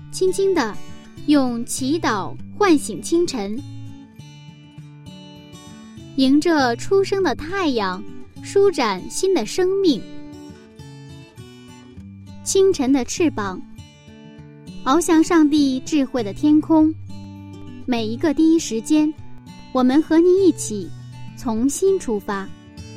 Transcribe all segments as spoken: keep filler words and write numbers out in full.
轻轻地用祈祷唤醒清晨，迎着初升的太阳，舒展新的生命。清晨的翅膀翱翔上帝智慧的天空，每一个第一时间，我们和你一起从新出发。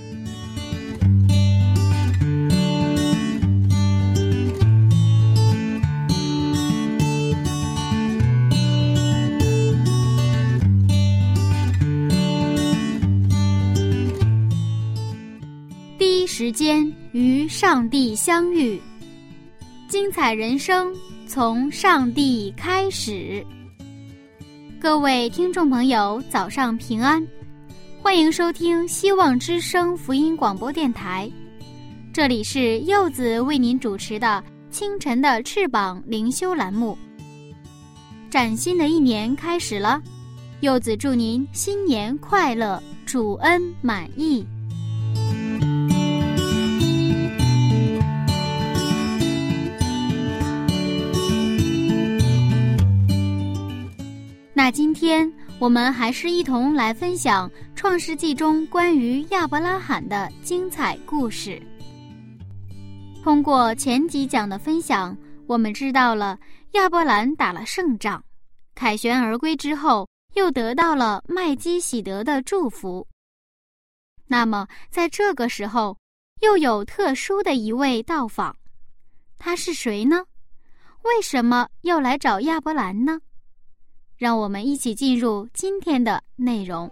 第一时间与上帝相遇，精彩人生从上帝开始。各位听众朋友，早上平安，欢迎收听希望之声福音广播电台，这里是柚子为您主持的清晨的翅膀灵修栏目。崭新的一年开始了，柚子祝您新年快乐，主恩满意。那今天我们还是一同来分享创世纪中关于亚伯拉罕的精彩故事。通过前几讲的分享，我们知道了亚伯兰打了胜仗，凯旋而归之后，又得到了麦基洗德的祝福。那么在这个时候，又有特殊的一位到访，他是谁呢？为什么要来找亚伯兰呢？让我们一起进入今天的内容。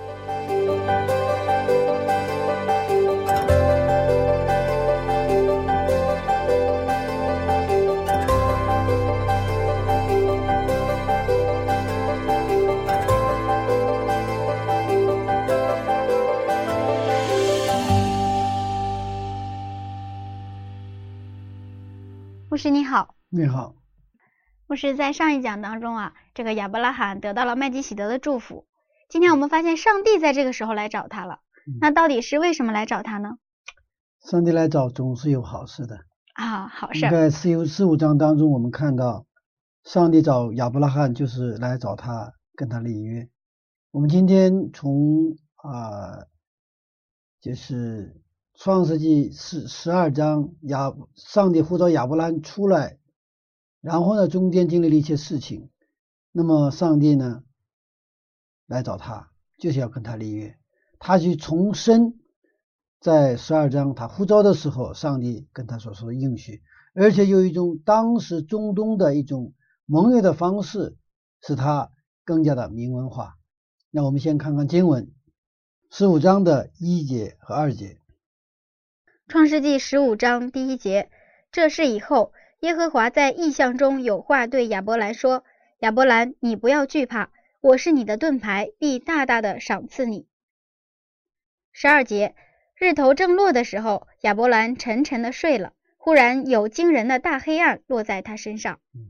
牧师你好。 你好。 牧师，在上一讲当中啊，这个亚伯拉罕得到了麦基洗德的祝福。今天我们发现上帝在这个时候来找他了，嗯、那到底是为什么来找他呢？ 上帝来找总是有好事的啊，好事。 在十十五章当中，我们看到上帝找亚伯拉罕就是来找他，跟他立约。我们今天从啊、呃，就是创世纪十十二章，亚上帝呼召亚伯拉罕出来。然后呢，中间经历了一些事情，那么上帝呢来找他，就是要跟他立约。他去重申在十二章他呼召的时候，上帝跟他所说的应许，而且有一种当时中东的一种盟约的方式，使他更加的明文化。那我们先看看经文十五章的一节和二节。 创世纪十五章第一节，这事以后，耶和华在异象中有话对亚伯兰说，亚伯兰，你不要惧怕，我是你的盾牌，必大大的赏赐你。十二节，日头正落的时候，亚伯兰沉沉的睡了，忽然有惊人的大黑暗落在他身上。 嗯、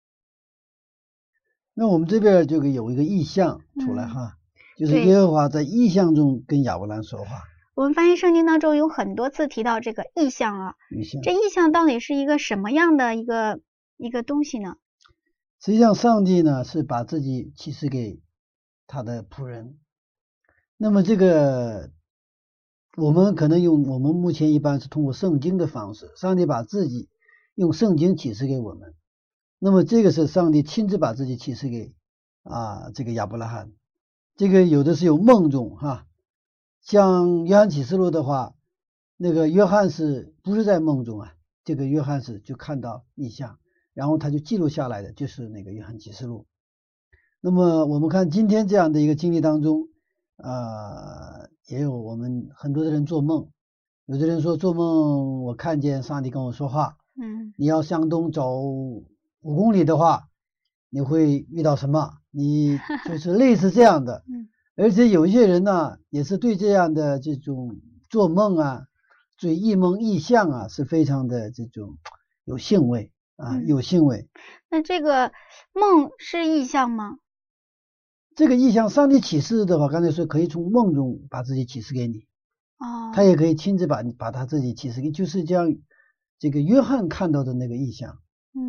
那我们这边就有一个异象出来哈、嗯，就是耶和华在异象中跟亚伯兰说话。 我们发现圣经当中有很多次提到这个异象啊， 异象这异象到底是一个什么样的一个一个东西呢？ 实际上上帝呢是把自己启示给他的仆人，那么这个我们可能用我们目前一般是通过圣经的方式，上帝把自己用圣经启示给我们，那么这个是上帝亲自把自己启示给啊这个亚伯拉罕，这个有的是有梦中哈。像约翰启示录的话，那个约翰是不是在梦中啊？这个约翰是就看到异象，然后他就记录下来的，就是那个约翰启示录。那么我们看今天这样的一个经历当中，呃，也有我们很多的人做梦，有的人说做梦我看见上帝跟我说话，嗯，你要向东走五公里的话，你会遇到什么？你就是类似这样的，嗯。而且有一些人呢，也是对这样的这种做梦啊，对异梦异象啊，是非常的这种有兴味啊，嗯、有兴味。 那这个梦是异象吗？ 这个异象，上帝启示的话，刚才说可以从梦中把自己启示给你， 哦， 他也可以亲自把把他自己启示给，就是这样。这个约翰看到的那个异象， 嗯，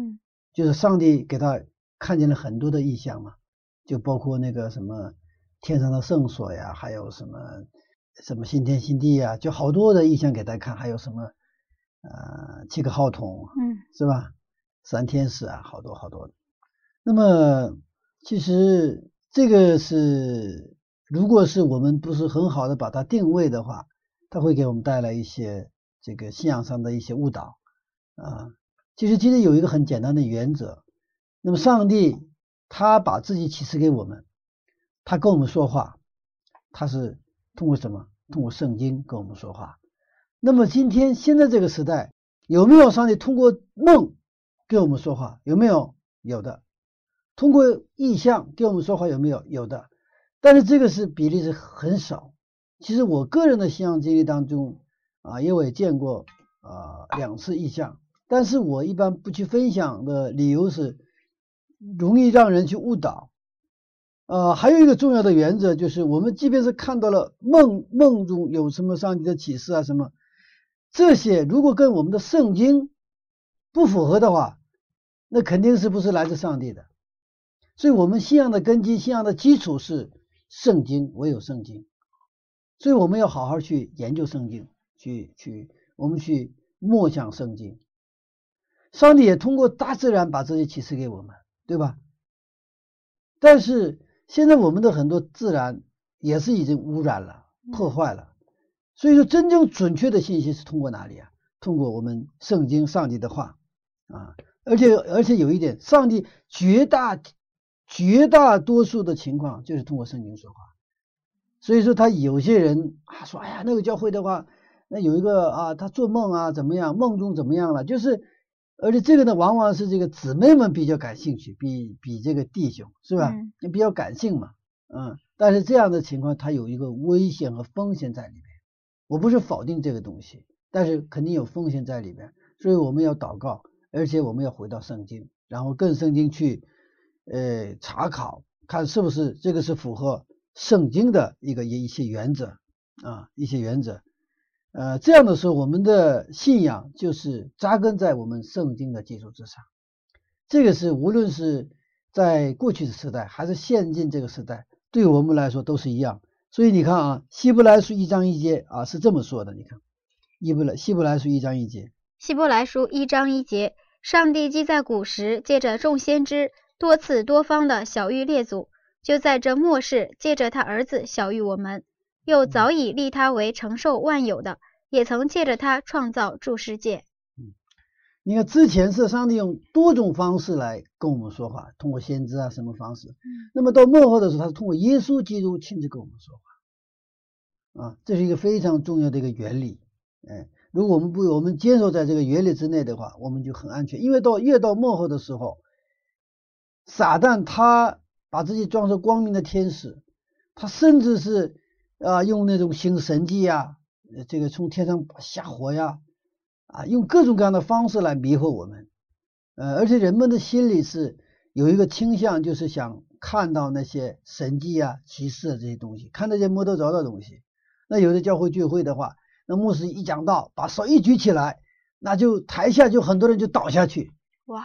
就是上帝给他看见了很多的异象嘛，就包括那个什么天上的圣所呀，还有什么什么新天新地呀，就好多的异象给他看，还有什么呃七个号筒， 嗯， 是吧？三天使啊，好多好多的。那么其实这个是，如果是我们不是很好的把它定位的话，它会给我们带来一些这个信仰上的一些误导啊。其实其实有一个很简单的原则，那么上帝他把自己启示给我们，他跟我们说话，他是通过什么？通过圣经跟我们说话。那么今天现在这个时代，有没有上帝通过梦跟我们说话？有没有？有的。通过意象跟我们说话有没有？有的。但是这个是比例是很少。其实我个人的信仰经历当中啊，因为我也见过啊两次意象，但是我一般不去分享的理由是容易让人去误导。呃，还有一个重要的原则就是，我们即便是看到了梦梦中有什么上帝的启示啊什么，这些如果跟我们的圣经不符合的话，那肯定是不是来自上帝的。所以我们信仰的根基，信仰的基础是圣经，唯有圣经。所以我们要好好去研究圣经，去去我们去默想圣经。上帝也通过大自然把这些启示给我们，对吧？但是现在我们的很多自然也是已经污染了，破坏了。所以说真正准确的信息是通过哪里啊？通过我们圣经，上帝的话啊。而且而且有一点，上帝绝大绝大多数的情况就是通过圣经说话。所以说他有些人啊说，哎呀，那个教会的话，那有一个啊，他做梦啊怎么样，梦中怎么样了，就是而且这个呢往往是这个姊妹们比较感兴趣，比比这个弟兄，是吧？嗯，比较感性嘛。嗯，但是这样的情况它有一个危险和风险在里面。我不是否定这个东西，但是肯定有风险在里面，所以我们要祷告，而且我们要回到圣经，然后跟圣经去呃查考，看是不是这个是符合圣经的一个一些原则啊，一些原则。呃，这样的时候，我们的信仰就是扎根在我们圣经的基础之上。这个是无论是在过去的时代，还是现今这个时代，对我们来说都是一样。所以你看啊，希伯来书一章一节啊是这么说的，你看，希伯来希伯来书一章一节， 希伯来书一章一节，上帝既在古时借着众先知多次多方的晓谕列祖，就在这末世借着他儿子晓谕我们，又早已立他为承受万有的，也曾借着他创造诸世界。 嗯，你看之前是上帝用多种方式来跟我们说话，通过先知啊什么方式，嗯，那么到末后的时候，他是通过耶稣基督亲自跟我们说话啊，这是一个非常重要的一个原理。哎，如果我们不我们坚守在这个原理之内的话，我们就很安全。因为到越到末后的时候，撒旦他把自己装作光明的天使，他甚至是啊用那种行神迹呀，这个从天上下火呀，啊用各种各样的方式来迷惑我们。呃，而且人们的心里是有一个倾向，就是想看到那些神迹啊、奇事啊这些东西，看那些摸得着的东西。那有的教会聚会的话，那牧师一讲道，把手一举起来，那就台下就很多人就倒下去。 哇！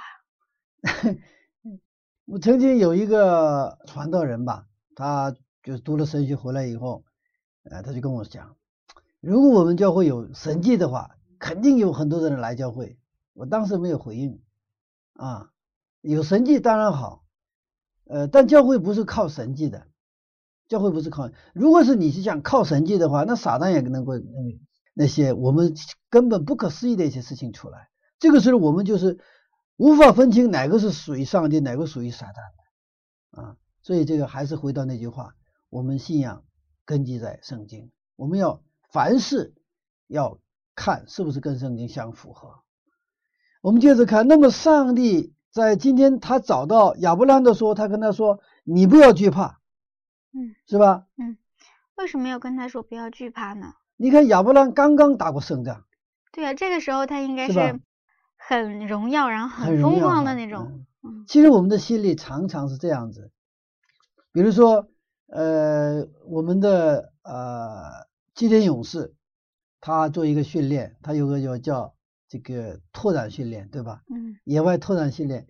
我曾经有一个传道人吧，他就是读了神学回来以后，呃，他就跟我讲，如果我们教会有神迹的话，肯定有很多的人来教会。我当时没有回应啊，有神迹当然好，呃，但教会不是靠神迹的，教会不是靠。如果是你是想靠神迹的话，那撒旦也能够嗯那些我们根本不可思议的一些事情出来。这个时候我们就是无法分清哪个是属于上帝，哪个属于撒旦的啊。所以这个还是回到那句话，我们信仰根基在圣经，我们要凡事要看是不是跟圣经相符合。我们接着看，那么上帝在今天他找到亚伯拉罕的时候，他跟他说你不要惧怕， 嗯， 是吧？ 嗯，为什么要跟他说不要惧怕呢？ 你看亚伯拉罕刚刚打过胜仗， 对啊，这个时候他应该是是很荣耀，然后很风光的那种。 嗯，其实我们的心里常常是这样子，比如说呃我们的呃基甸勇士，他做一个训练，他有个叫叫这个拓展训练，对吧？嗯，野外拓展训练，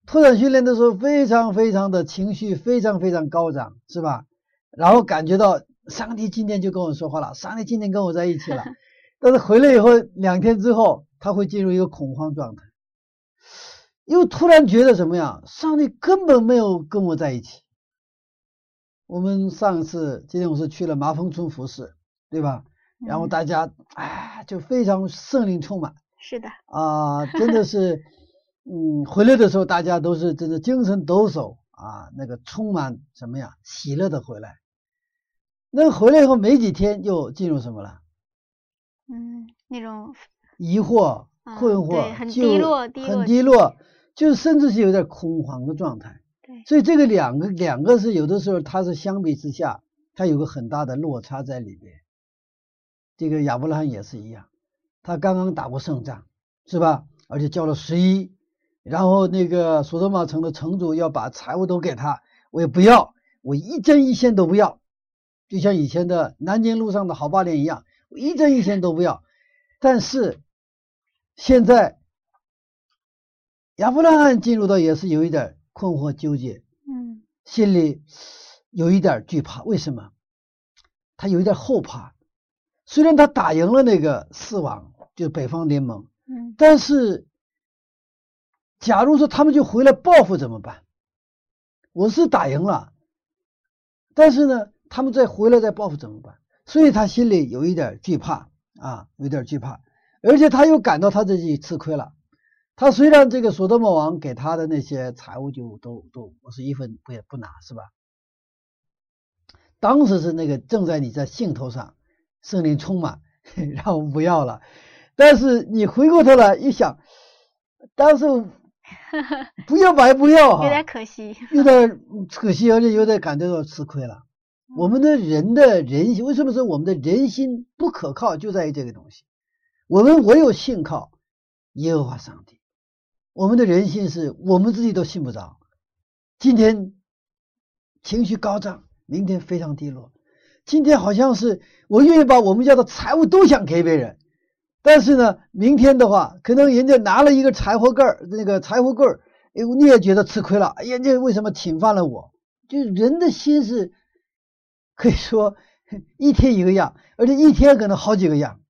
拓展训练的时候非常非常的情绪非常非常高涨，是吧？然后感觉到上帝今天就跟我说话了，上帝今天跟我在一起了。但是回来以后两天之后，他会进入一个恐慌状态，又突然觉得怎么样？上帝根本没有跟我在一起。我们上次今天我是去了麻风村服侍，对吧？然后大家哎就非常圣灵充满。 是的啊、呃，真的是，嗯，回来的时候大家都是真的精神抖擞啊，那个充满什么呀，喜乐的回来。那回来以后没几天又进入什么了？ 嗯，那种疑惑、困惑， 啊、很低落，低落很低落，就甚至是有点恐慌的状态。 对， 所以这个两个两个是有的时候它是相比之下，它有个很大的落差在里边。这个亚伯拉罕也是一样，他刚刚打过胜仗，是吧？而且交了十一，然后那个索多玛城的城主要把财物都给他，我也不要，我一针一线都不要，就像以前的南京路上的好八脸一样，我一针一线都不要。但是现在亚伯拉罕进入到也是有一点困惑纠结， 嗯， 心里有一点惧怕。为什么？他有一点后怕。虽然他打赢了那个四王，就是北方联盟， 嗯， 但是假如说他们就回来报复怎么办？我是打赢了，但是呢，他们再回来再报复怎么办？所以他心里有一点惧怕啊，有点惧怕，而且他又感到他自己吃亏了。他虽然这个所多玛王给他的那些财物就都都我是一分不也不拿，是吧？当时是那个正在你在兴头上。圣灵充满，让我们不要了。但是你回过头来一想，当时不要白不要哈， 有点可惜， 有点可惜，而且有点感觉到吃亏了。我们的人的人心，为什么说我们的人心不可靠，就在于这个东西。我们唯有信靠耶和华上帝，我们的人心是我们自己都信不着。今天情绪高涨，明天非常低落。今天好像是我愿意把我们家的财物都想给别人，但是呢，明天的话，可能人家拿了一个柴火棍儿，那个柴火棍儿，你也觉得吃亏了。哎呀，这为什么侵犯了我？就人的心是可以说一天一个样，而且一天可能好几个样。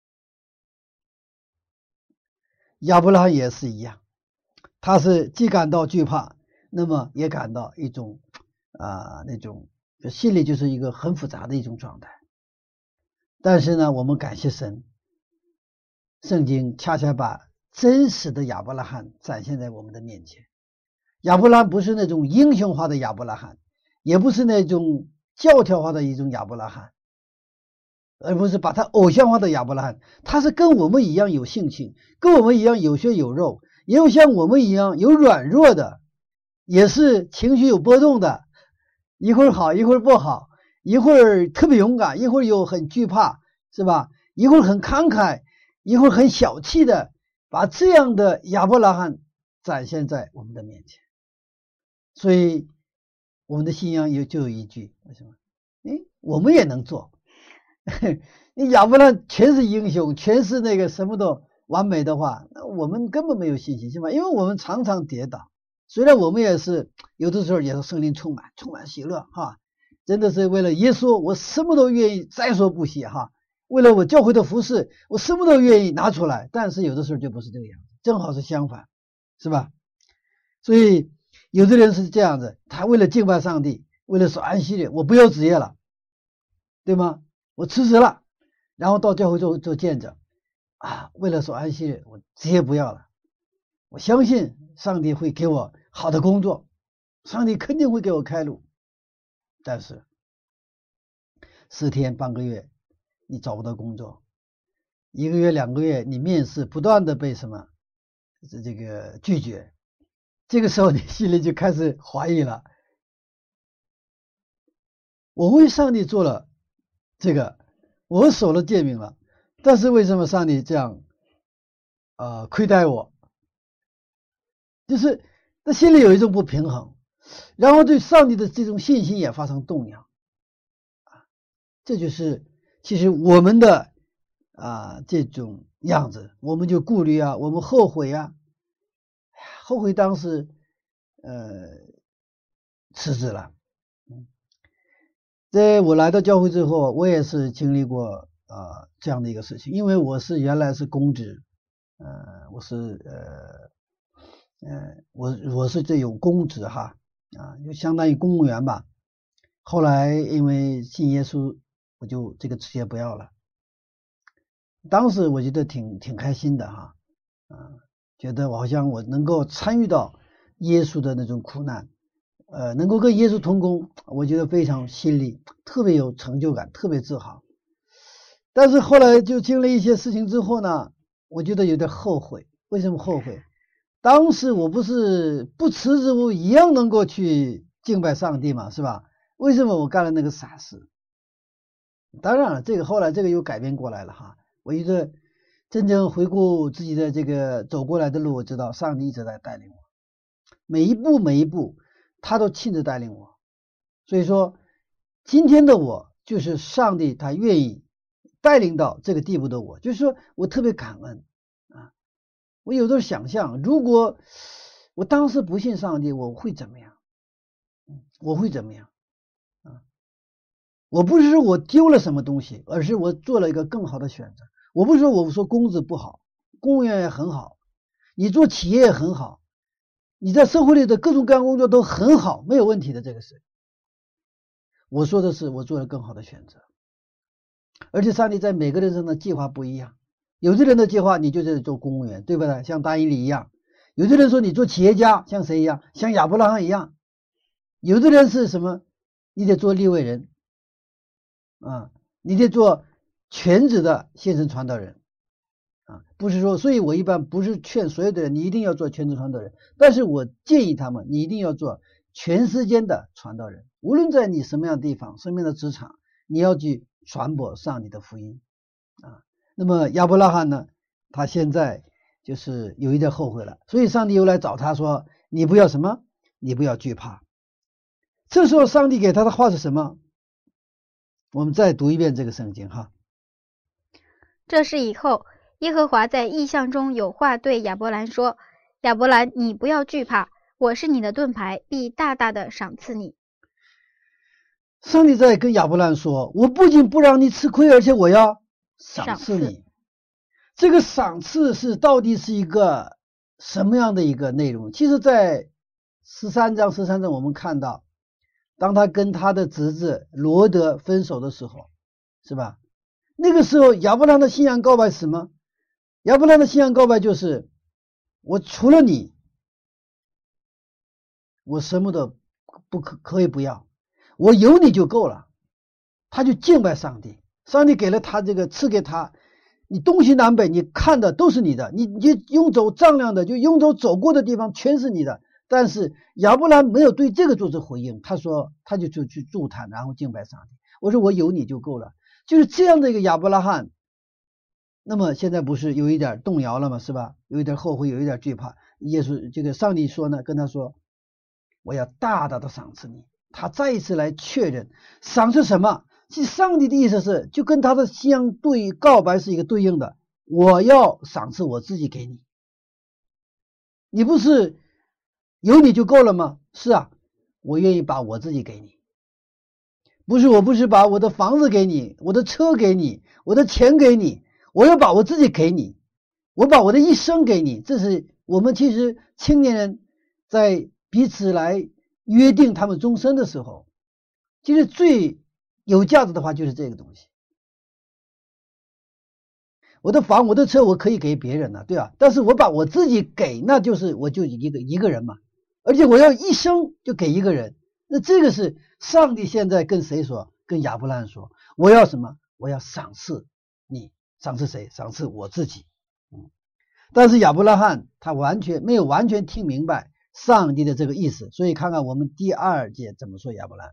亚伯拉罕也是一样，他是既感到惧怕，那么也感到一种啊、呃、那种。心里就是一个很复杂的一种状态，但是呢，我们感谢神，圣经恰恰把真实的亚伯拉罕展现在我们的面前。亚伯拉罕不是那种英雄化的亚伯拉罕，也不是那种教条化的一种亚伯拉罕，而不是把他偶像化的亚伯拉罕。他是跟我们一样有性情，跟我们一样有血有肉，也有像我们一样有软弱的，也是情绪有波动的。一会儿好，一会儿不好，一会儿特别勇敢，一会儿又很惧怕，是吧？一会儿很慷慨，一会儿很小气的，把这样的亚伯拉罕展现在我们的面前。所以我们的信仰有就有一句，为什么？诶，我们也能做。你亚伯拉罕全是英雄，全是那个什么都完美的话，那我们根本没有信心，是吧？因为我们常常跌倒。虽然我们也是有的时候也是圣灵充满充满喜乐哈，真的是为了耶稣我什么都愿意在所不惜哈，为了我教会的服事我什么都愿意拿出来，但是有的时候就不是这个样子，正好是相反，是吧？所以有的人是这样子，他为了敬拜上帝，为了守安息日，我不要职业了，对吗？我辞职了，然后到教会做做见证啊，为了守安息日我职业不要了，我相信上帝会给我好的工作，上帝肯定会给我开路。但是十天半个月你找不到工作，一个月两个月你面试不断的被什么这个拒绝，这个时候你心里就开始怀疑了，我为上帝做了这个，我守了诫命了，但是为什么上帝这样呃亏待我？就是他心里有一种不平衡，然后对上帝的这种信心也发生动摇啊，这就是其实我们的啊这种样子，我们就顾虑啊，我们后悔啊，后悔当时呃辞职了。嗯，在我来到教会之后，我也是经历过啊、呃、这样的一个事情，因为我是原来是公职，呃，我是呃呃我我是这有公职哈啊，就相当于公务员吧。后来因为信耶稣，我就这个职业不要了。当时我觉得挺挺开心的哈，啊，觉得我好像我能够参与到耶稣的那种苦难，呃，能够跟耶稣同工，我觉得非常心里特别有成就感，特别自豪。但是后来就经历一些事情之后呢，我觉得有点后悔。为什么后悔？当时我不是不辞职，我一样能够去敬拜上帝嘛，是吧？为什么我干了那个傻事？当然了，这个后来这个又改变过来了哈。我觉得真正回顾自己的这个走过来的路，我知道上帝一直在带领我，每一步每一步他都亲自带领我。所以说今天的我就是上帝他愿意带领到这个地步的我，就是说我特别感恩啊。我有时候想象，如果我当时不信上帝，我会怎么样？我会怎么样啊？我不是说我丢了什么东西，而是我做了一个更好的选择。我不是说我说工资不好，公务员也很好，你做企业也很好，你在社会里的各种各样工作都很好，没有问题的。这个是我说的是我做了更好的选择。而且上帝在每个人生的计划不一样，有的人的计划你就在做公务员，对不对？像大以理一样。有的人说你做企业家，像谁一样？像亚伯拉罕一样。有的人是什么？你得做利未人啊，你得做全职的献身传道人啊，不是说，所以我一般不是劝所有的人你一定要做全职传道人，但是我建议他们你一定要做全时间的传道人，无论在你什么样的地方，什么样的职场，你要去传播上帝的福音啊。那么亚伯拉罕呢，他现在就是有一点后悔了，所以上帝又来找他说，你不要什么，你不要惧怕。这时候上帝给他的话是什么？我们再读一遍这个圣经哈。 这是以后耶和华在异象中有话对亚伯兰说，亚伯兰，你不要惧怕，我是你的盾牌，必大大的赏赐你。 上帝在跟亚伯兰说，我不仅不让你吃亏，而且我要赏赐你。这个赏赐是到底是一个什么样的一个内容？其实在十三章十三章我们看到，当他跟他的侄子罗德分手的时候，是吧？那个时候亚伯兰的信仰告白是什么？亚伯兰的信仰告白就是我除了你我什么都不可可以不要，我有你就够了。他就敬拜上帝，上帝给了他这个，赐给他，你东西南北你看的都是你的，你你用走丈量的，就用走走过的地方全是你的。但是亚伯兰没有对这个做出回应，他说他就就去祝坛，然后敬拜上帝。我说我有你就够了，就是这样的一个亚伯拉罕。那么现在不是有一点动摇了吗？是吧？有一点后悔，有一点惧怕。耶稣这个上帝说呢，跟他说，我要大大的赏赐你。他再一次来确认赏赐什么？其实上帝的意思是，就跟他的相对告白是一个对应的，我要赏赐我自己给你。你不是有你就够了吗？是啊，我愿意把我自己给你。不是，我不是把我的房子给你，我的车给你，我的钱给你，我要把我自己给你，我把我的一生给你。这是我们其实青年人在彼此来约定他们终身的时候，其实最有价值的话就是这个东西。我的房我的车我可以给别人了，对吧？但是我把我自己给，那就是我就一个一个人嘛，而且我要一生就给一个人。那这个是上帝现在跟谁说？跟亚伯兰说，我要什么？我要赏赐你。赏赐谁？赏赐我自己。嗯，但是亚伯拉罕他完全没有完全听明白上帝的这个意思，所以看看我们第二节怎么说亚伯兰。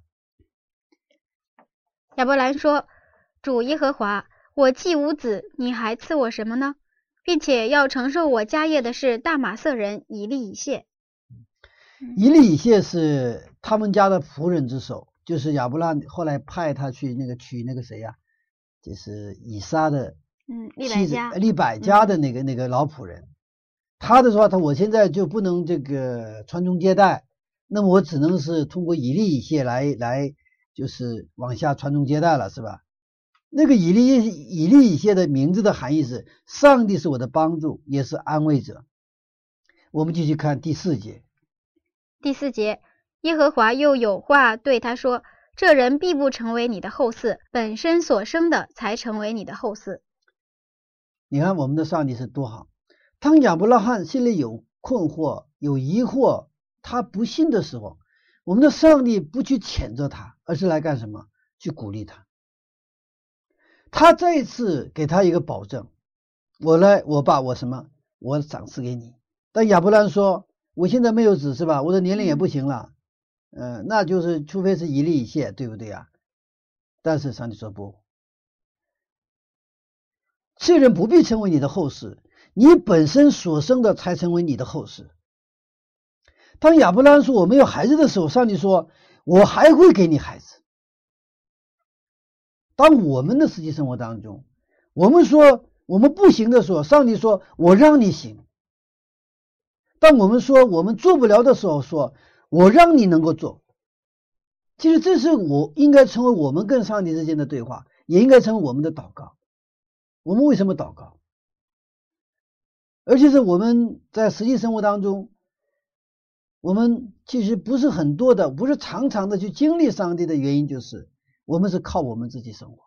亚伯兰说，主耶和华，我既无子，你还赐我什么呢？并且要承受我家业的是大马色人以利以谢。 以利以谢是他们家的仆人之首，就是亚伯拉罕后来派他去那个娶那个谁呀、啊，就是以撒的嗯，利百加利百加的那个、嗯、那个老仆人。他的说他我现在就不能这个传宗接代， 那么我只能是通过以利以谢来来就是往下传宗接代了，是吧？那个以利以利以谢的名字的含义是上帝是我的帮助，也是安慰者。我们继续看第四节。 第四节，耶和华又有话对他说，这人必不成为你的后嗣，本身所生的才成为你的后嗣。 你看我们的上帝是多好，当亚伯拉罕心里有困惑有疑惑，他不信的时候，我们的上帝不去谴责他，而是来干什么？去鼓励他。他再一次给他一个保证，我来我把我什么我赏赐给你。但亚伯兰说，我现在没有子是吧，我的年龄也不行了，呃，那就是除非是以利以谢，对不对啊？但是上帝说不，这人不必成为你的后嗣，你本身所生的才成为你的后嗣。当亚伯兰说我没有孩子的时候，上帝说我还会给你孩子。当我们的实际生活当中，我们说我们不行的时候，上帝说我让你行。当我们说我们做不了的时候，说我让你能够做。其实这是我应该成为我们跟上帝之间的对话，也应该成为我们的祷告。我们为什么祷告？而且是我们在实际生活当中，我们其实不是很多的，不是常常的去经历上帝的原因，就是我们是靠我们自己生活，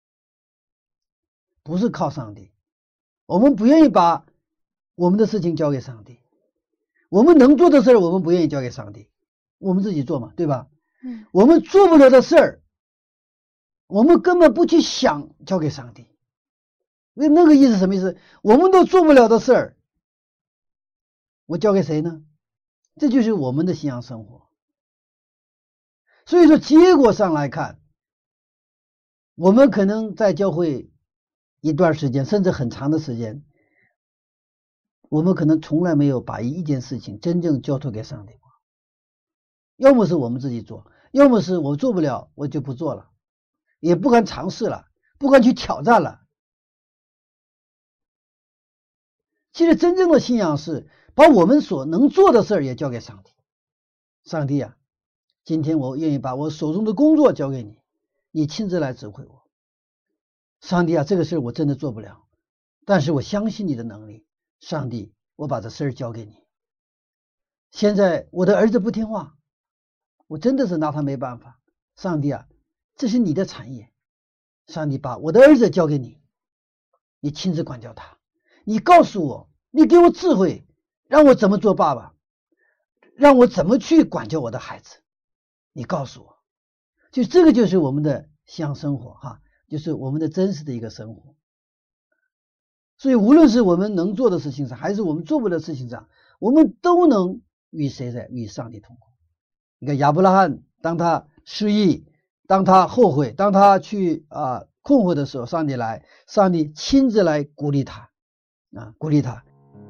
不是靠上帝。我们不愿意把我们的事情交给上帝，我们能做的事儿我们不愿意交给上帝，我们自己做嘛，对吧？ 嗯， 我们做不了的事儿，我们根本不去想交给上帝。那那个意思什么意思？我们都做不了的事儿，我交给谁呢？这就是我们的信仰生活。所以说结果上来看，我们可能在教会一段时间，甚至很长的时间，我们可能从来没有把一件事情真正交托给上帝过。要么是我们自己做，要么是我做不了，我就不做了，也不敢尝试了，不敢去挑战了。其实真正的信仰是把我们所能做的事儿也交给上帝。上帝啊，今天我愿意把我手中的工作交给你，你亲自来指挥我。上帝啊，这个事儿我真的做不了，但是我相信你的能力。上帝，我把这事儿交给你。现在我的儿子不听话，我真的是拿他没办法。上帝啊，这是你的产业，上帝把我的儿子交给你，你亲自管教他。你告诉我，你给我智慧，让我怎么做爸爸，让我怎么去管教我的孩子，你告诉我。就这个就是我们的信仰生活哈，就是我们的真实的一个生活。所以无论是我们能做的事情上，还是我们做不了的事情上，我们都能与谁在与上帝同行。你看亚伯拉罕，当他失意，当他后悔，当他去啊、呃、困惑的时候，上帝来，上帝亲自来鼓励他啊，鼓励他。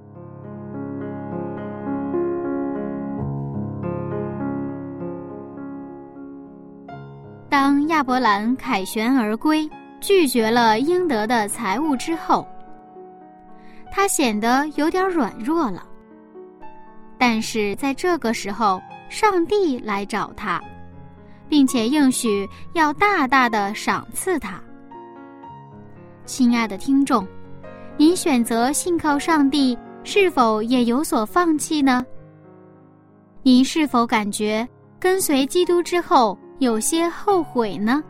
当亚伯兰凯旋而归，拒绝了应得的财物之后，他显得有点软弱了。但是在这个时候，上帝来找他，并且应许要大大的赏赐他。亲爱的听众，您选择信靠上帝，是否也有所放弃呢？您是否感觉跟随基督之后有些后悔呢？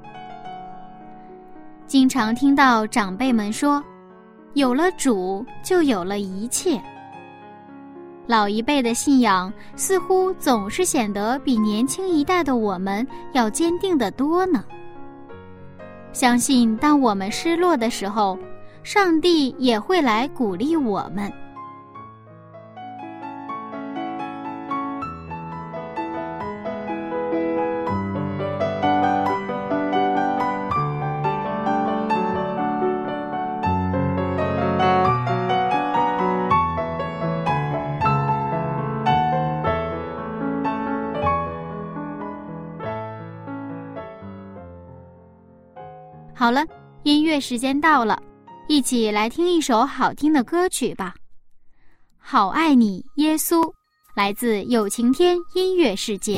经常听到长辈们说，有了主就有了一切。老一辈的信仰似乎总是显得比年轻一代的我们要坚定得多呢。相信当我们失落的时候，上帝也会来鼓励我们。好了，音乐时间到了，一起来听一首好听的歌曲吧。好爱你，耶稣， 来自有晴天音乐世界。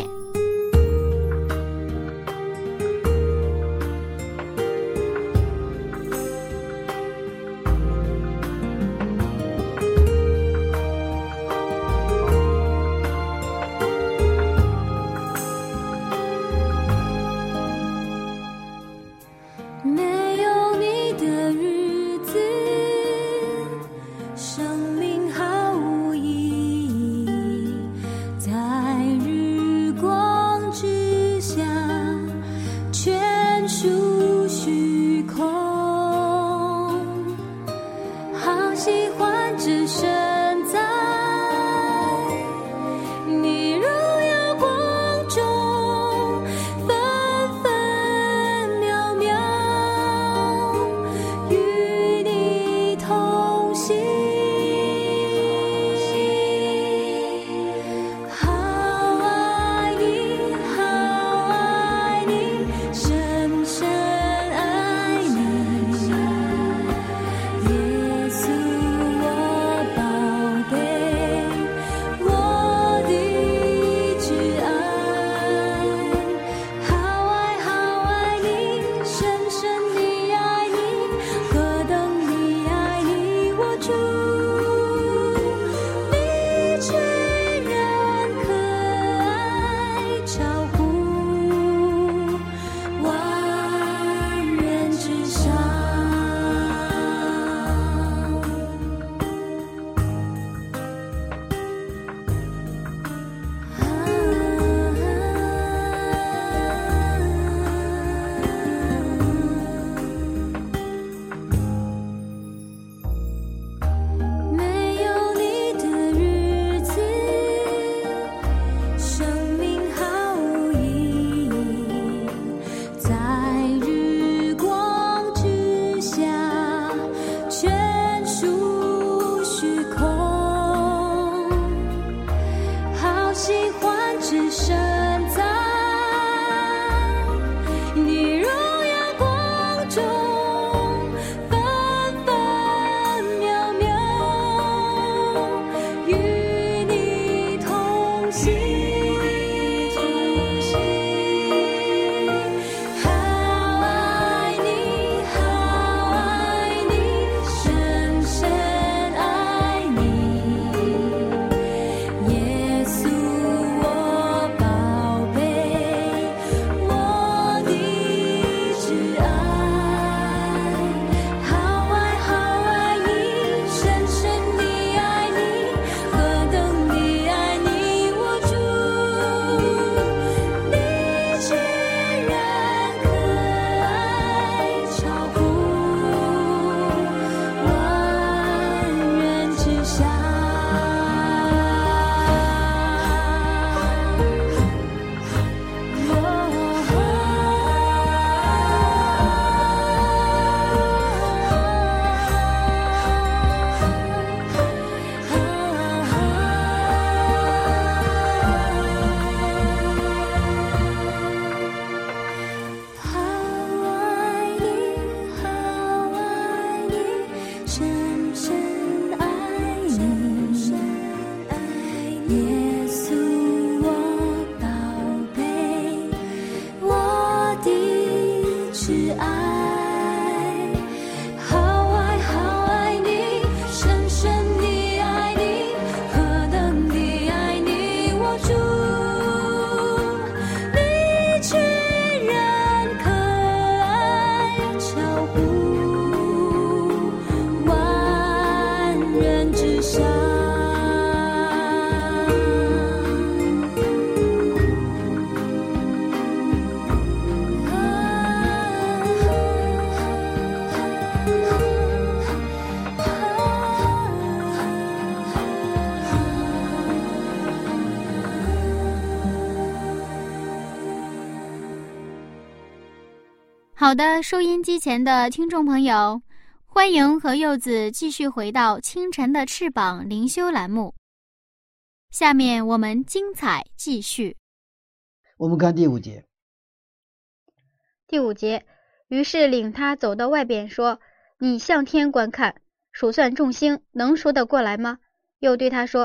好的，收音机前的听众朋友，欢迎和柚子继续回到清晨的翅膀灵修栏目。下面我们精彩继续。 我们看第五节。 第五节，于是领他走到外边说：“你向天观看，数算众星，能数得过来吗？”又对他说：“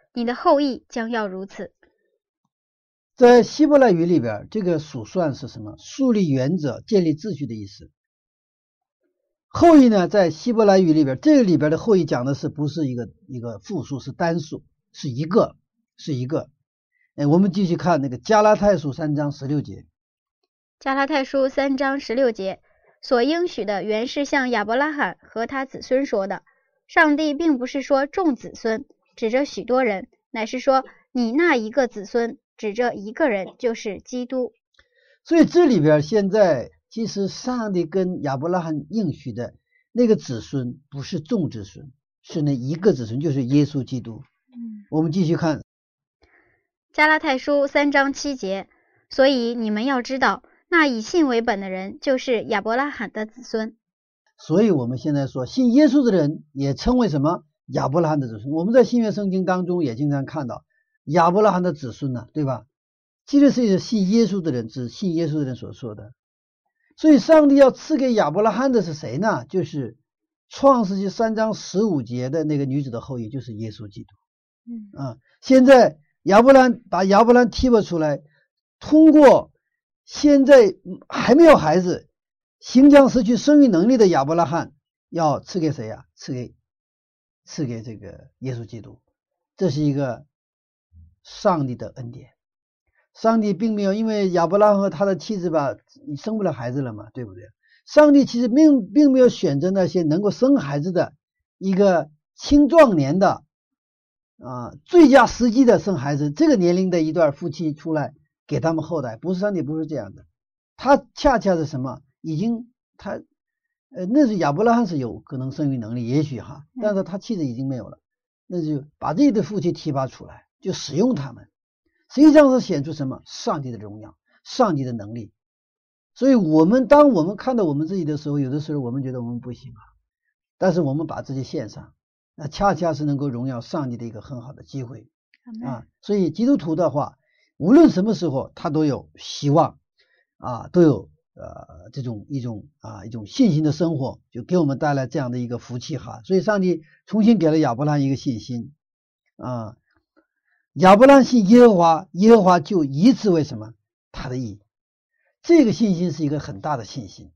你的后裔将要如此。 在希伯来语里边，这个数算是什么？树立原则、建立秩序的意思。后裔呢，在希伯来语里边，这个里边的后裔讲的是不是一个一个复数，是单数，是一个，是一个。哎，我们继续看那个加拉太书三章十六节。 加拉太书三章十六节，所应许的原是向亚伯拉罕和他子孙说的。上帝并不是说众子孙，指着许多人，乃是说你那一个子孙，指着一个人，就是基督。 所以这里边现在其实上帝跟亚伯拉罕应许的那个子孙不是众子孙，是那一个子孙，就是耶稣基督。 嗯， 我们继续看加拉太书三章七节，所以你们要知道，那以信为本的人就是亚伯拉罕的子孙。 所以我们现在说信耶稣的人也称为什么？亚伯拉罕的子孙。我们在新约圣经当中也经常看到亚伯拉罕的子孙呢、啊，对吧？其实是信耶稣的人，指信耶稣的人所说的。所以上帝要赐给亚伯拉罕的是谁呢？就是创世纪三章十五节的那个女子的后裔，就是耶稣基督。 嗯啊，现在亚伯兰把亚伯兰提拔出来，通过现在还没有孩子，行将失去生育能力的亚伯拉罕，要赐给谁呀、啊？赐给赐给这个耶稣基督。这是一个上帝的恩典。上帝并没有因为亚伯拉罕和他的妻子吧，生不了孩子了嘛，对不对？上帝其实并并没有选择那些能够生孩子的一个青壮年的啊，最佳时机的生孩子，这个年龄的一对夫妻出来给他们后代，不是上帝不是这样的，他恰恰是什么？已经他呃那是亚伯拉罕是有可能生育能力，也许哈，但是他妻子已经没有了，那就把这对夫妻提拔出来，就使用他们，实际上是显出什么？上帝的荣耀，上帝的能力。所以我们当我们看到我们自己的时候，有的时候我们觉得我们不行啊，但是我们把自己献上，那恰恰是能够荣耀上帝的一个很好的机会啊。所以基督徒的话，无论什么时候他都有希望啊，都有呃这种一种啊一种信心的生活，就给我们带来这样的一个福气哈。所以上帝重新给了亚伯兰一个信心啊，亚伯兰信耶和华，耶和华就以此为什么？他的义。这个信心是一个很大的信心。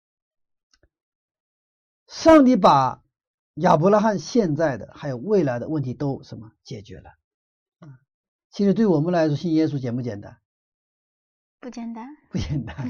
上帝把亚伯拉罕现在的还有未来的问题都什么解决了啊？其实对我们来说，信耶稣简不简单？ 不简单， 不简单。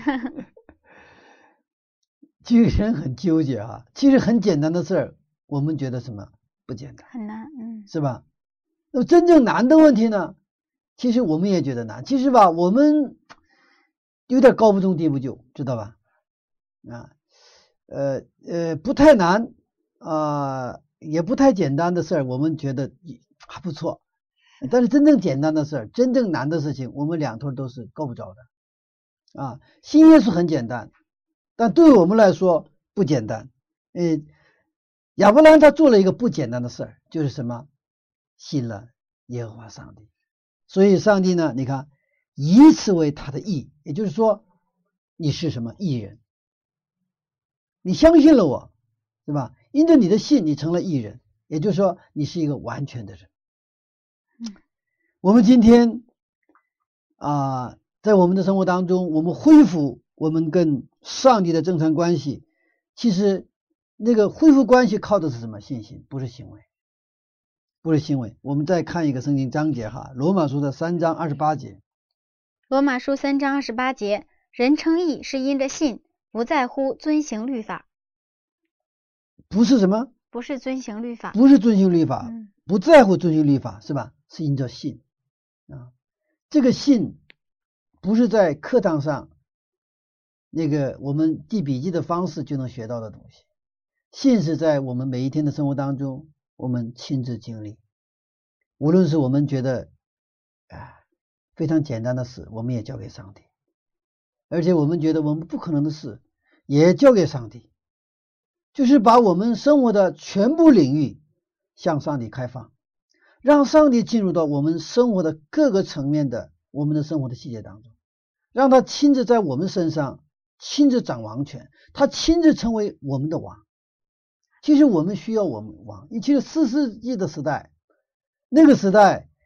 这个人很纠结啊。其实很简单的事儿，我们觉得什么不简单？ 很难，嗯， 是吧？那么真正难的问题呢？其实我们也觉得难。其实吧，我们有点高不中低不就，知道吧？啊，呃呃，不太难啊、呃，也不太简单的事儿，我们觉得还不错。但是真正简单的事儿，真正难的事情，我们两头都是够不着的啊。信耶稣很简单，但对我们来说不简单。呃，亚伯兰他做了一个不简单的事儿，就是什么？信了耶和华上帝。所以上帝呢，你看，以此为他的义，也就是说你是什么义人，你相信了我，对吧？因着你的信，你成了义人，也就是说你是一个完全的人。 嗯， 我们今天啊、呃，在我们的生活当中，我们恢复我们跟上帝的正常关系，其实那个恢复关系靠的是什么？信心，不是行为。不是行为。我们再看一个圣经章节哈，罗马书的三章二十八节。 罗马书三章二十八节，人称义是因着信，不在乎遵行律法。 不是什么？ 不是遵行律法。 不是遵行律法， 嗯、 不在乎遵行律法，是吧？是因着信啊。这个信不是在课堂上那个我们记笔记的方式就能学到的东西，信是在我们每一天的生活当中。我们亲自经历，无论是我们觉得啊非常简单的事，我们也交给上帝，而且我们觉得我们不可能的事也交给上帝，就是把我们生活的全部领域向上帝开放，让上帝进入到我们生活的各个层面的我们的生活的细节当中，让他亲自在我们身上亲自掌王权，他亲自成为我们的王。其实我们需要我们王，其实四世纪的时代，那个时代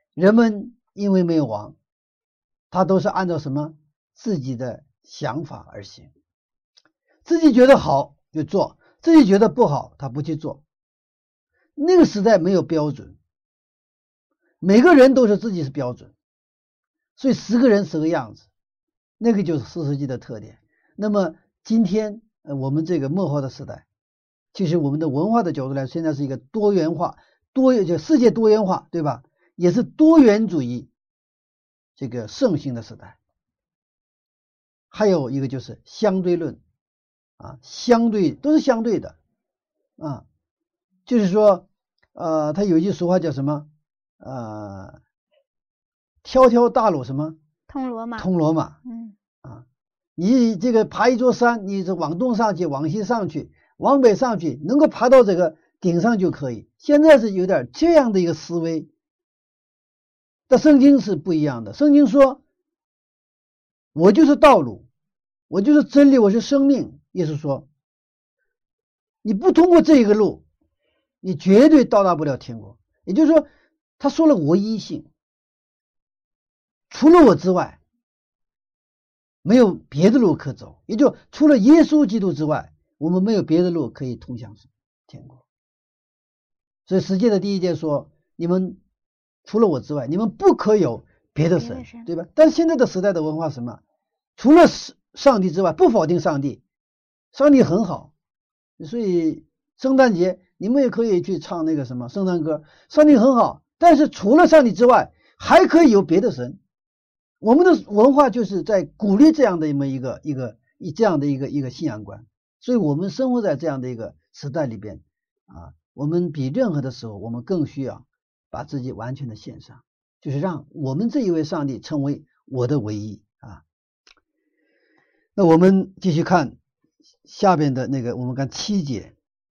人们因为没有王，他都是按照什么自己的想法而行，自己觉得好就做，自己觉得不好他不去做。那个时代没有标准，每个人都是自己是标准，所以十个人十个样子，那个就是四世纪的特点。那么今天呃我们这个末后的时代，其实我们的文化的角度来说，现在是一个多元化多就世界多元化，对吧？也是多元主义这个盛行的时代。还有一个就是相对论啊，相对都是相对的啊，就是说呃他有一句俗话叫什么呃条条大路什么通罗马， 通罗马。 嗯啊，你这个爬一座山，你是往东上去，往西上去，往北上去，能够爬到这个顶上就可以。现在是有点这样的一个思维，但圣经是不一样的。圣经说我就是道路，我就是真理，我是生命。耶稣说你不通过这个路，你绝对到达不了天国。也就是说他说了唯一性，除了我之外没有别的路可走，也就除了耶稣基督之外，我们没有别的路可以通向天国。所以十诫的第一诫说，你们除了我之外，你们不可有别的神，对吧？但现在的时代的文化是什么？除了上帝之外，不否定上帝，上帝很好。所以圣诞节你们也可以去唱那个什么圣诞歌，上帝很好，但是除了上帝之外，还可以有别的神。我们的文化就是在鼓励这样的一么一个一个这样的一个一个信仰观，所以我们生活在这样的一个时代里边啊，我们比任何的时候，我们更需要把自己完全的献上，就是让我们这一位上帝成为我的唯一啊。那我们继续看下边的那个，我们看七节。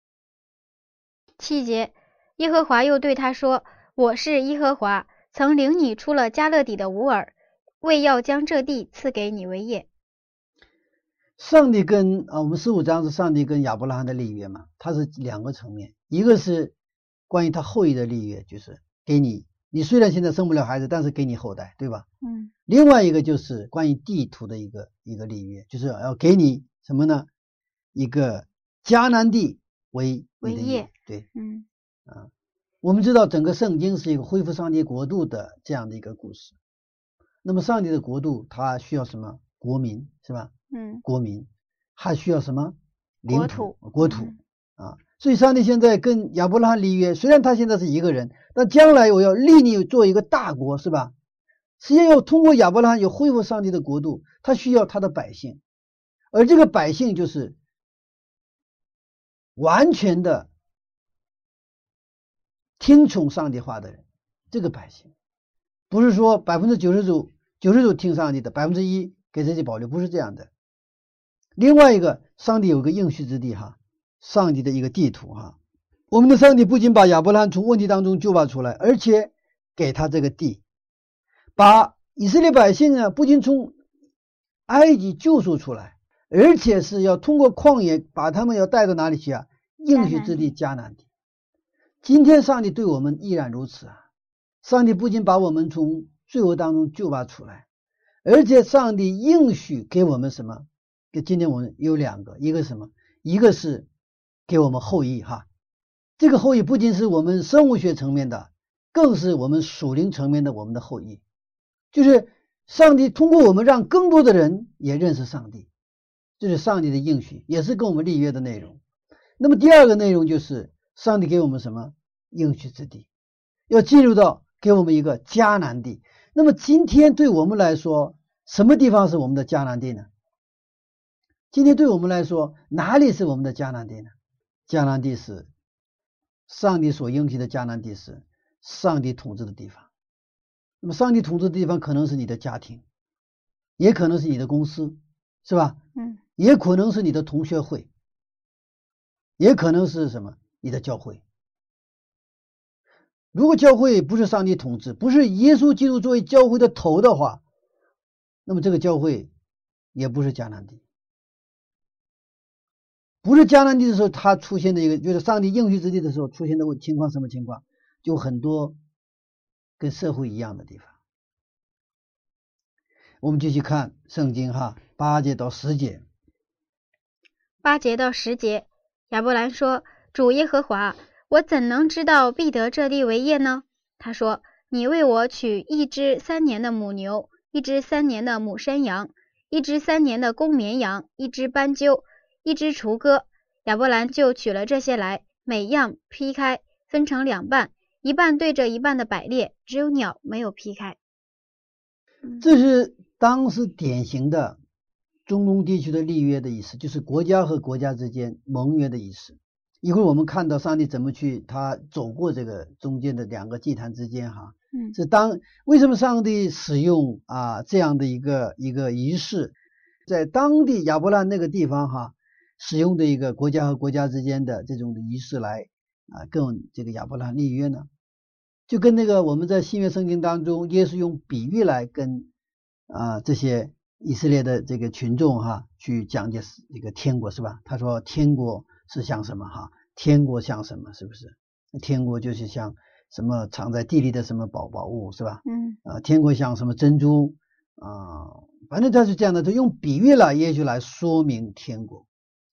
七节，耶和华又对他说：“我是耶和华，曾领你出了迦勒底的乌尔，为要将这地赐给你为业。” 上帝跟啊，我们十五章是上帝跟亚伯拉罕的立约嘛，它是两个层面，一个是关于他后裔的立约，就是给你，你虽然现在生不了孩子，但是给你后代，对吧？ 嗯。 另外一个就是关于地图的一个一个立约，就是要给你什么呢？一个迦南地为为业， 对， 嗯啊，我们知道整个圣经是一个恢复上帝国度的这样的一个故事。那么上帝的国度，它需要什么？国民，是吧？ 嗯， 国民还需要什么？领土， 国土， 国土、嗯、啊。所以上帝现在跟亚伯拉罕立约，虽然他现在是一个人，但将来我要立你做一个大国，是吧？实际上要通过亚伯拉罕有恢复上帝的国度，他需要他的百姓，而这个百姓就是完全的听从上帝话的人。这个百姓不是说百分之九十九九十九听上帝的，百分之一给自己保留，不是这样的。另外一个，上帝有个应许之地哈，上帝的一个地图哈。我们的上帝不仅把亚伯拉罕从问题当中救拔出来，而且给他这个地，把以色列百姓啊不仅从埃及救赎出来，而且是要通过旷野把他们要带到哪里去啊？应许之地迦南地。今天上帝对我们依然如此啊！上帝不仅把我们从罪恶当中救拔出来，而且上帝应许给我们什么？今天我们有两个，一个是什么？一个是给我们后裔哈。这个后裔不仅是我们生物学层面的，更是我们属灵层面的我们的后裔。就是上帝通过我们让更多的人也认识上帝，这是上帝的应许，也是跟我们立约的内容。那么第二个内容就是上帝给我们什么？应许之地，要进入到给我们一个迦南地。那么今天对我们来说，什么地方是我们的迦南地呢？今天对我们来说，哪里是我们的迦南地呢？迦南地是上帝所应许的迦南地，是上帝统治的地方。那么上帝统治的地方可能是你的家庭，也可能是你的公司，是吧？ 嗯， 也可能是你的同学会，也可能是什么？你的教会。如果教会不是上帝统治，不是耶稣基督作为教会的头的话，那么这个教会也不是迦南地。不是迦南地的时候，它出现的一个就是上帝应许之地的时候出现的情况，什么情况？就很多跟社会一样的地方。我们继续看圣经哈，八节到十节。 八节到十节，亚伯兰说：主耶和华，我怎能知道必得这地为业呢？他说：你为我取一只三年的母牛，一只三年的母山羊，一只三年的公绵羊，一只斑鸠，一只雏鸽。亚伯兰就取了这些来，每样劈开，分成两半，一半对着一半的摆列，只有鸟没有劈开。 这是当时典型的中东地区的立约的意思，就是国家和国家之间盟约的意思。一会儿我们看到上帝怎么去他走过这个中间的两个祭坛之间哈， 嗯， 是当为什么上帝使用啊这样的一个一个仪式，在当地亚伯兰那个地方哈使用的一个国家和国家之间的这种的仪式来啊跟这个亚伯兰立约呢？就跟那个我们在新约圣经当中，耶稣用比喻来跟啊这些以色列的这个群众哈去讲解这个天国是吧？他说天国是像什么哈？天国像什么？是不是？天国就是像什么藏在地里的什么宝宝物是吧？ 嗯， 啊，天国像什么珍珠啊？反正他是这样的，他用比喻了耶稣来说明天国。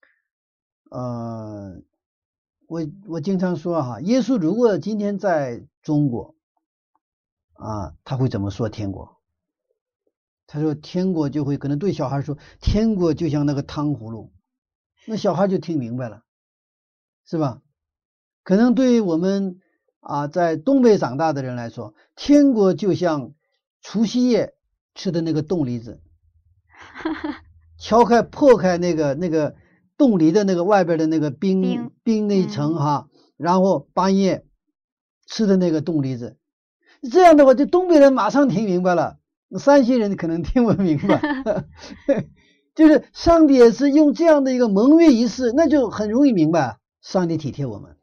呃，我我经常说哈，耶稣如果今天在中国啊，他会怎么说天国？他说天国就会可能对小孩说，天国就像那个汤葫芦，那小孩就听明白了，是吧？可能对于我们啊在东北长大的人来说，天国就像除夕夜吃的那个冻梨子，敲开破开那个那个冻梨的那个外边的那个冰冰冰那一层哈，嗯、然后半夜吃的那个冻梨子，这样的话，就东北人马上听明白了。山西人可能听不明白就是上帝也是用这样的一个盟约仪式，那就很容易明白上帝体贴我们，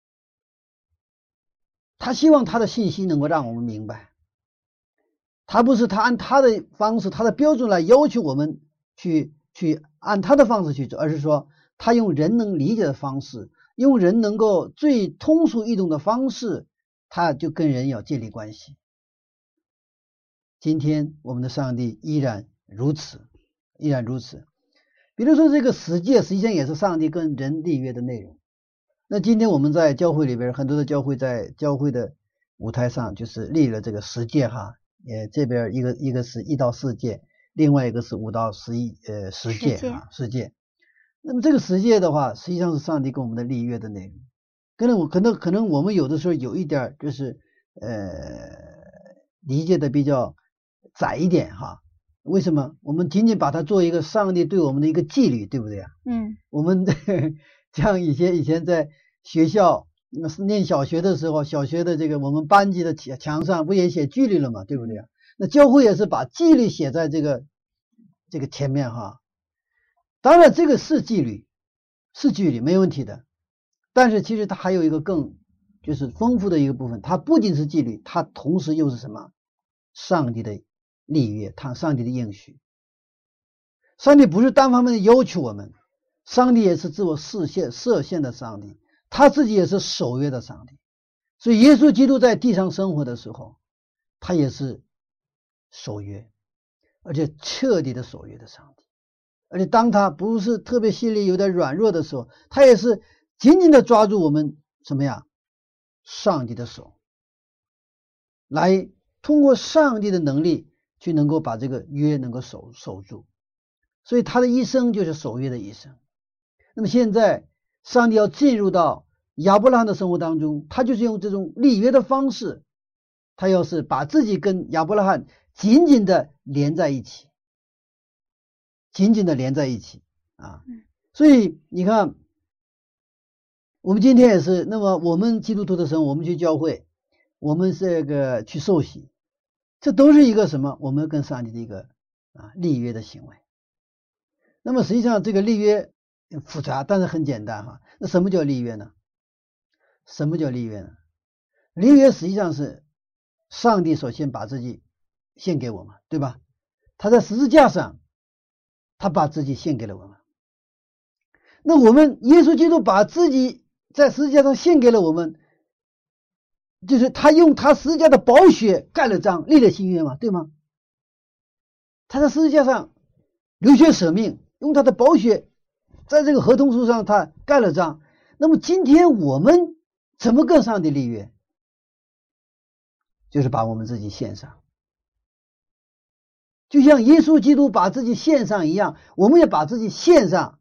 他希望他的信息能够让我们明白，他不是他按他的方式他的标准来要求我们去去按他的方式去做，而是说他用人能理解的方式，用人能够最通俗易懂的方式，他就跟人要建立关系。今天我们的上帝依然如此，依然如此。比如说这个十诫实际上也是上帝跟人立约的内容。那今天我们在教会里边，很多的教会在教会的舞台上就是立了这个十诫哈，也这边一个一个是一到四诫，另外一个是五到十一呃十诫啊十诫。那么这个十诫的话，实际上是上帝跟我们的立约的内容。可能我可能可能我们有的时候有一点就是呃理解的比较窄一点哈，为什么？我们仅仅把它做一个上帝对我们的一个纪律，对不对啊？ 嗯， 我们像以前以前在学校念小学的时候，小学的这个我们班级的墙上不也写纪律了嘛，对不对啊？那教会也是把纪律写在这个这个前面哈。当然这个是纪律，是纪律没问题的，但是其实它还有一个更就是丰富的一个部分，它不仅是纪律，它同时又是什么？上帝的立约，他上帝的应许。上帝不是单方面的要求我们，上帝也是自我设限设限的上帝，他自己也是守约的上帝。所以耶稣基督在地上生活的时候，他也是守约，而且彻底的守约的上帝。而且当他不是特别心里有点软弱的时候，他也是紧紧的抓住我们什么呀？上帝的手，来通过上帝的能力去能够把这个约能够守守住。所以他的一生就是守约的一生。那么现在上帝要进入到亚伯拉罕的生活当中，他就是用这种立约的方式，他要是把自己跟亚伯拉罕紧紧的连在一起，紧紧的连在一起啊。所以你看我们今天也是，那么我们基督徒的生活，我们去教会，我们这个去受洗，这都是一个什么？我们跟上帝的一个啊立约的行为。那么实际上这个立约复杂，但是很简单哈。那什么叫立约呢？什么叫立约呢？立约实际上是上帝首先把自己献给我们，对吧？他在十字架上，他把自己献给了我们。那我们耶稣基督把自己在十字架上献给了我们， 就是他用他十字架的宝血盖了章，立了新约嘛，对吗？他在十字架上流血舍命，用他的宝血在这个合同书上他盖了章。那么今天我们怎么跟上帝立约？就是把我们自己献上，就像耶稣基督把自己献上一样，我们也把自己献上。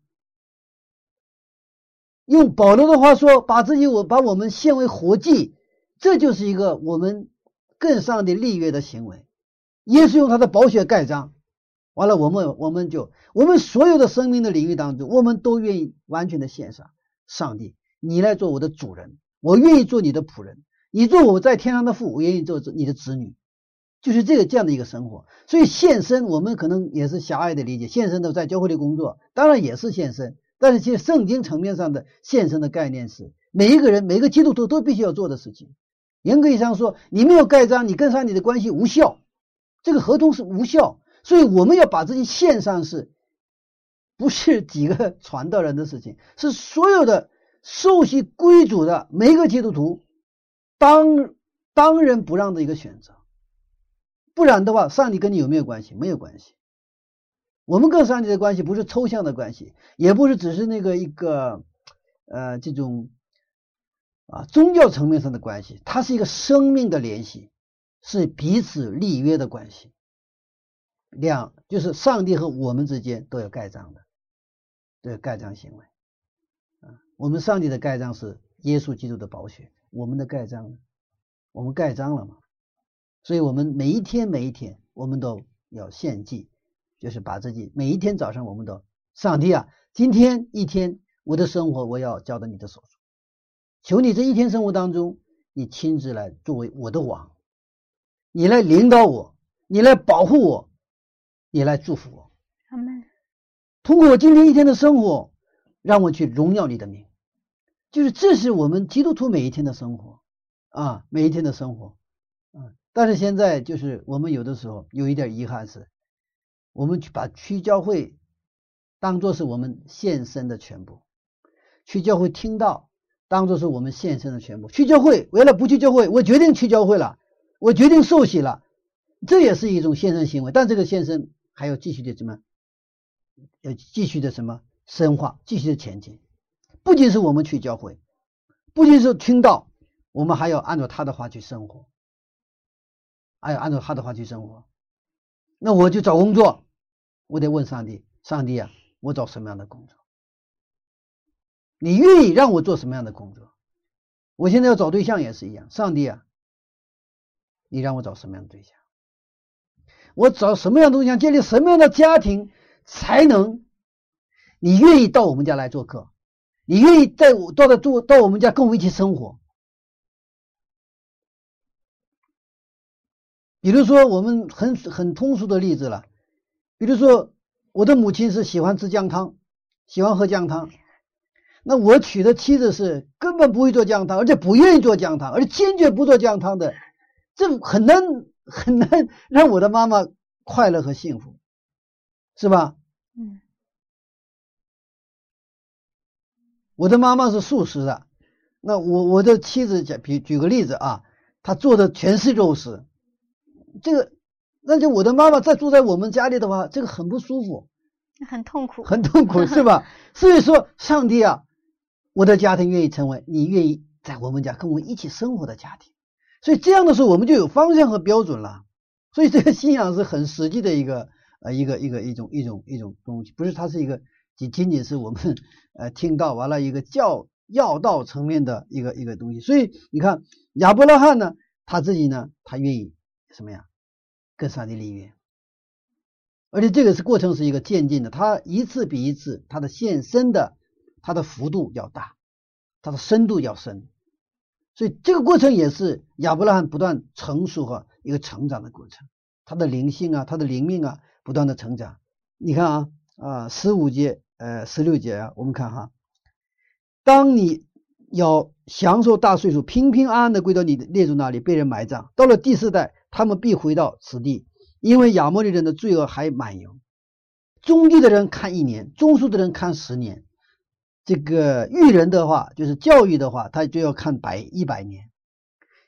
用保罗的话说，把自己我把我们献为活祭，这就是一个我们跟上帝立约的行为。耶稣用他的宝血盖章，完了我们我们就我们所有的生命的领域当中，我们都愿意完全的献上。上帝，你来做我的主人，我愿意做你的仆人，你做我在天上的父，我愿意做你的子女，就是这个这样的一个生活。所以献身我们可能也是狭隘的理解，献身的在教会里工作当然也是献身，但是其实圣经层面上的献身的概念是每一个人每个基督徒都必须要做的事情。严格意义上说，你没有盖章，你跟上帝的关系无效，这个合同是无效。所以我们要把自己献上，是不是几个传道人的事情，是所有的受洗归主的每一个基督徒当当仁不让的一个选择。不然的话，上帝跟你有没有关系？没有关系。我们跟上帝的关系不是抽象的关系，也不是只是那个一个呃这种啊宗教层面上的关系，它是一个生命的联系，是彼此立约的关系。两就是上帝和我们之间都有盖章的，都有盖章行为。啊，我们上帝的盖章是耶稣基督的宝血，我们的盖章呢？我们盖章了嘛？所以我们每一天每一天我们都要献祭，就是把自己每一天早上我们都上帝啊，今天一天我的生活我要交到你的手中，求你这一天生活当中你亲自来作为我的王，你来领导我，你来保护我，你来祝福我。 阿们。 通过我今天一天的生活，让我去荣耀你的名，就是这是我们基督徒每一天的生活啊，每一天的生活啊。但是现在就是我们有的时候有一点遗憾是，我们去把去教会当作是我们献身的全部，去教会听到当作是我们献身的全部。去教会为了不去教会，我决定去教会了，我决定受洗了，这也是一种献身行为。但这个献身还要继续的什么？要继续的什么深化，继续的前进。不仅是我们去教会，不仅是听到，我们还要按照他的话去生活，还要按照他的话去生活。那我就找工作，我得问上帝，上帝啊，我找什么样的工作？你愿意让我做什么样的工作？我现在要找对象也是一样，上帝啊，你让我找什么样的对象？我找什么样的对象，建立什么样的家庭才能你愿意到我们家来做客，你愿意在我到到到我们家跟我们一起生活。比如说我们很很通俗的例子了，比如说我的母亲是喜欢吃姜汤，喜欢喝姜汤，那我娶的妻子是根本不会做姜汤，而且不愿意做姜汤，而且坚决不做姜汤的，这很难很难让我的妈妈快乐和幸福，是吧？ 嗯， 我的妈妈是素食的，那我我的妻子举举个例子啊，她做的全是肉食，这个那就我的妈妈在住在我们家里的话，这个很不舒服， 很痛苦， 很痛苦，是吧？所以说，上帝啊，我的家庭愿意成为你愿意在我们家跟我们一起生活的家庭，所以这样的时候我们就有方向和标准了。所以这个信仰是很实际的一个呃一个一个一种一种一种东西，不是它是一个仅仅仅是我们呃听到完了一个教要道层面的一个一个东西。所以你看亚伯拉罕呢，他自己呢，他愿意什么呀？跟上帝立约，而且这个是过程是一个渐进的，他一次比一次他的献身的他的幅度要大，他的深度要深，所以这个过程也是亚伯拉罕不断成熟和一个成长的过程，他的灵性啊，他的灵命啊不断的成长。你看啊啊十五节呃十六节啊，我们看哈，当你要享受大岁数，平平安安的归到你的列祖那里，被人埋葬，到了第四代他们必回到此地，因为亚摩利人的罪恶还满盈。中地的人看一年，中数的人看十年，这个育人的话就是教育的话，他就要看百一百年。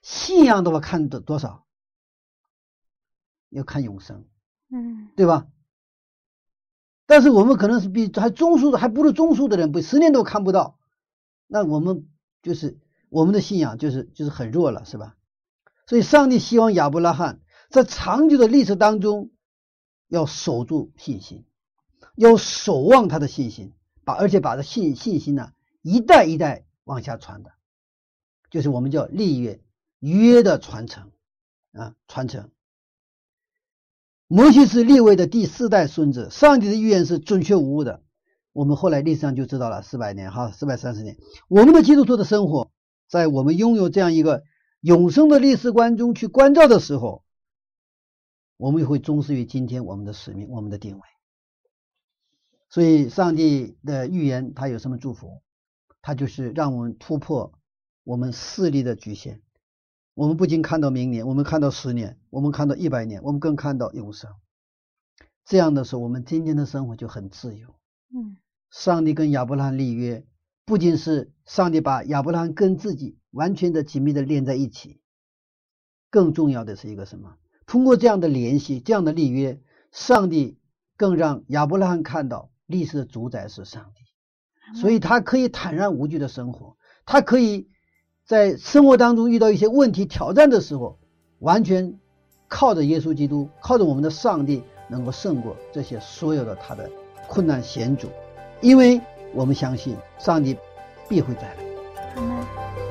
信仰的话看的多少？要看永生， 嗯， 对吧？但是我们可能是比还中数的，还不如中数的人，不十年都看不到，那我们就是我们的信仰就是就是很弱了，是吧？所以上帝希望亚伯拉罕在长久的历史当中要守住信心，要守望他的信心，把而且把这信信心呢一代一代往下传的，就是我们叫立约约的传承啊，传承。摩西是利未的第四代孙子，上帝的预言是准确无误的。我们后来历史上就知道了，四百年哈，四百三十年。我们的基督徒的生活，在我们拥有这样一个永生的历史观中去关照的时候，我们也会忠实于今天我们的使命，我们的定位。所以上帝的预言他有什么祝福？他就是让我们突破我们视力的局限。我们不仅看到明年，我们看到十年，我们看到一百年，我们更看到永生。这样的时候，我们今天的生活就很自由。 嗯， 上帝跟亚伯拉罕立约，不仅是上帝把亚伯拉罕跟自己完全的紧密的连在一起，更重要的是一个什么？通过这样的联系，这样的立约，上帝更让亚伯拉罕看到历史的主宰是上帝，所以他可以坦然无惧的生活，他可以在生活当中遇到一些问题挑战的时候，完全靠着耶稣基督，靠着我们的上帝，能够胜过这些所有的他的困难险阻，因为我们相信上帝必会再来。 阿们。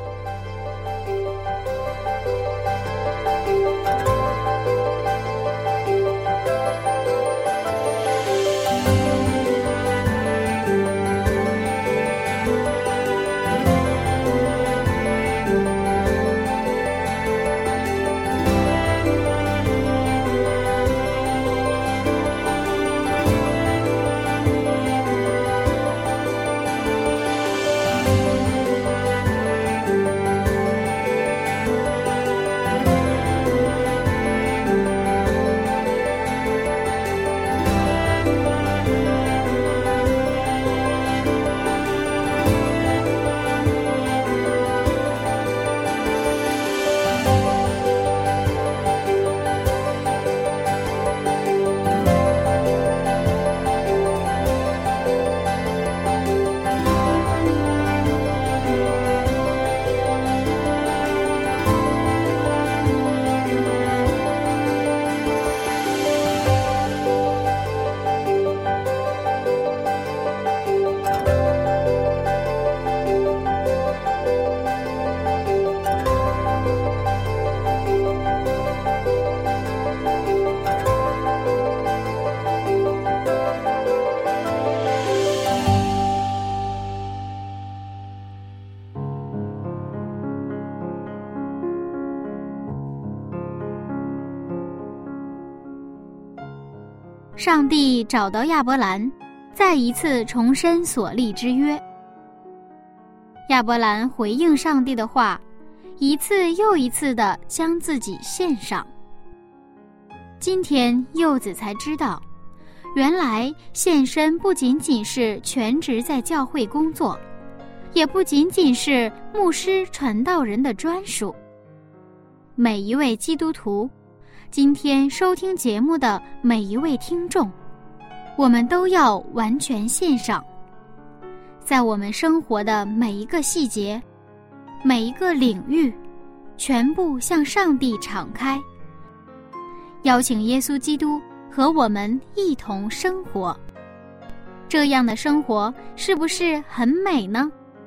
上帝找到亚伯兰，再一次重申所立之约。亚伯兰回应上帝的话，一次又一次地将自己献上。今天柚子才知道，原来献身不仅仅是全职在教会工作，也不仅仅是牧师传道人的专属。每一位基督徒，今天收听节目的每一位听众，我们都要完全献上，在我们生活的每一个细节，每一个领域，全部向上帝敞开，邀请耶稣基督和我们一同生活。这样的生活是不是很美呢？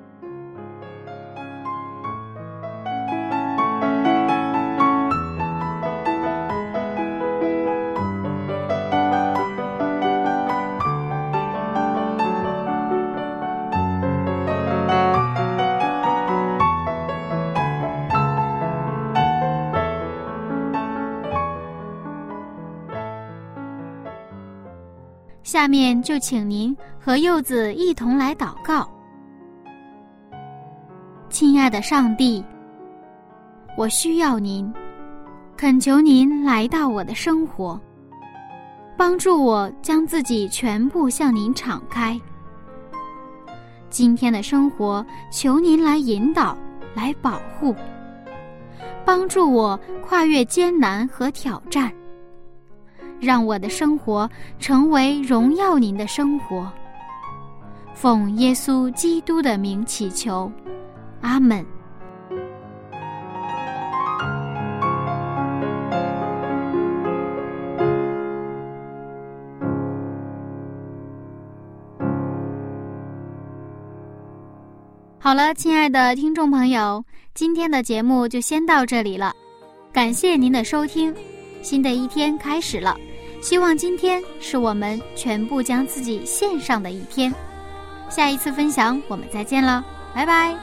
下面就请您和柚子一同来祷告。亲爱的上帝，我需要您，恳求您来到我的生活，帮助我将自己全部向您敞开。今天的生活，求您来引导，来保护， 帮助我跨越艰难和挑战，让我的生活成为荣耀您的生活。奉耶稣基督的名祈求，阿们。好了，亲爱的听众朋友，今天的节目就先到这里了，感谢您的收听。新的一天开始了，希望今天是我们全部将自己献上的一天。下一次分享我们再见了，拜拜。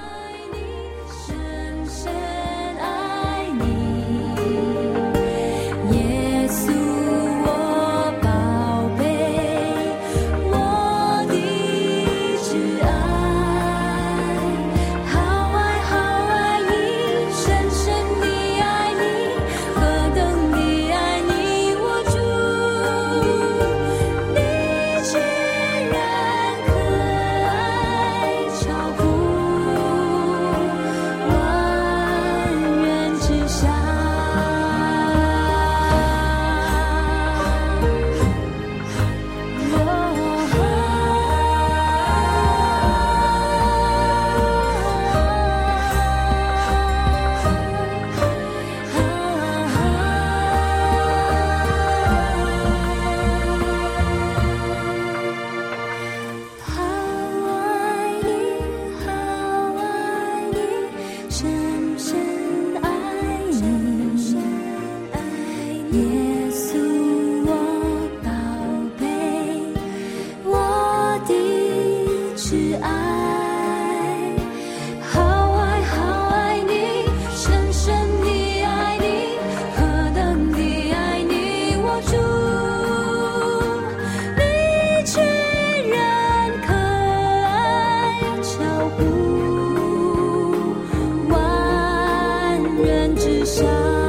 万人之上。